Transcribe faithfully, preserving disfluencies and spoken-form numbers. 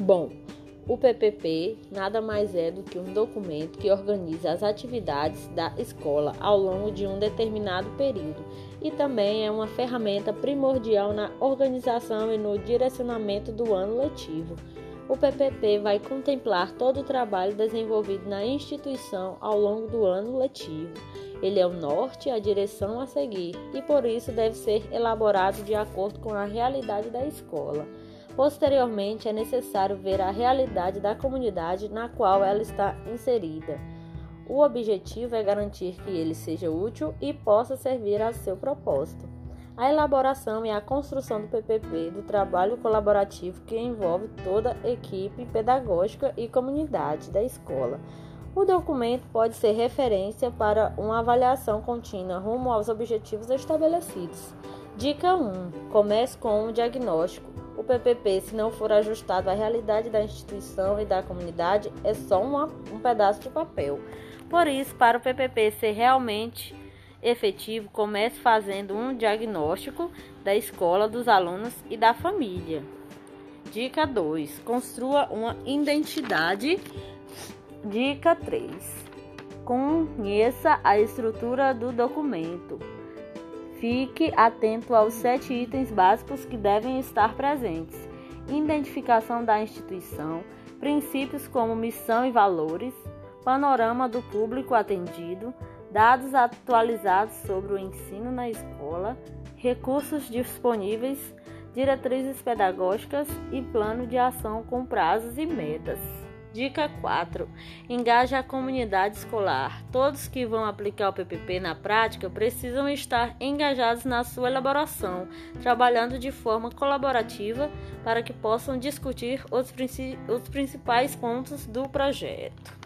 Bom, o P P P nada mais é do que um documento que organiza as atividades da escola ao longo de um determinado período e também é uma ferramenta primordial na organização e no direcionamento do ano letivo. O P P P vai contemplar todo o trabalho desenvolvido na instituição ao longo do ano letivo. Ele é o norte e a direção a seguir e, por isso, deve ser elaborado de acordo com a realidade da escola. Posteriormente, é necessário ver a realidade da comunidade na qual ela está inserida. O objetivo é garantir que ele seja útil e possa servir a seu propósito. A elaboração e a construção do P P P, do trabalho colaborativo que envolve toda a equipe pedagógica e comunidade da escola. O documento pode ser referência para uma avaliação contínua rumo aos objetivos estabelecidos. Dica um. Comece com um diagnóstico. O P P P, se não for ajustado à realidade da instituição e da comunidade, é só uma, um pedaço de papel. Por isso, para o P P P ser realmente efetivo, comece fazendo um diagnóstico da escola, dos alunos e da família. Dica dois. Construa uma identidade. Dica três. Conheça a estrutura do documento. Fique atento aos sete itens básicos que devem estar presentes. Identificação da instituição, princípios como missão e valores, panorama do público atendido, dados atualizados sobre o ensino na escola, recursos disponíveis, diretrizes pedagógicas e plano de ação com prazos e metas. Dica quatro. Engaje a comunidade escolar. Todos que vão aplicar o P P P na prática precisam estar engajados na sua elaboração, trabalhando de forma colaborativa para que possam discutir os, princi- os principais pontos do projeto.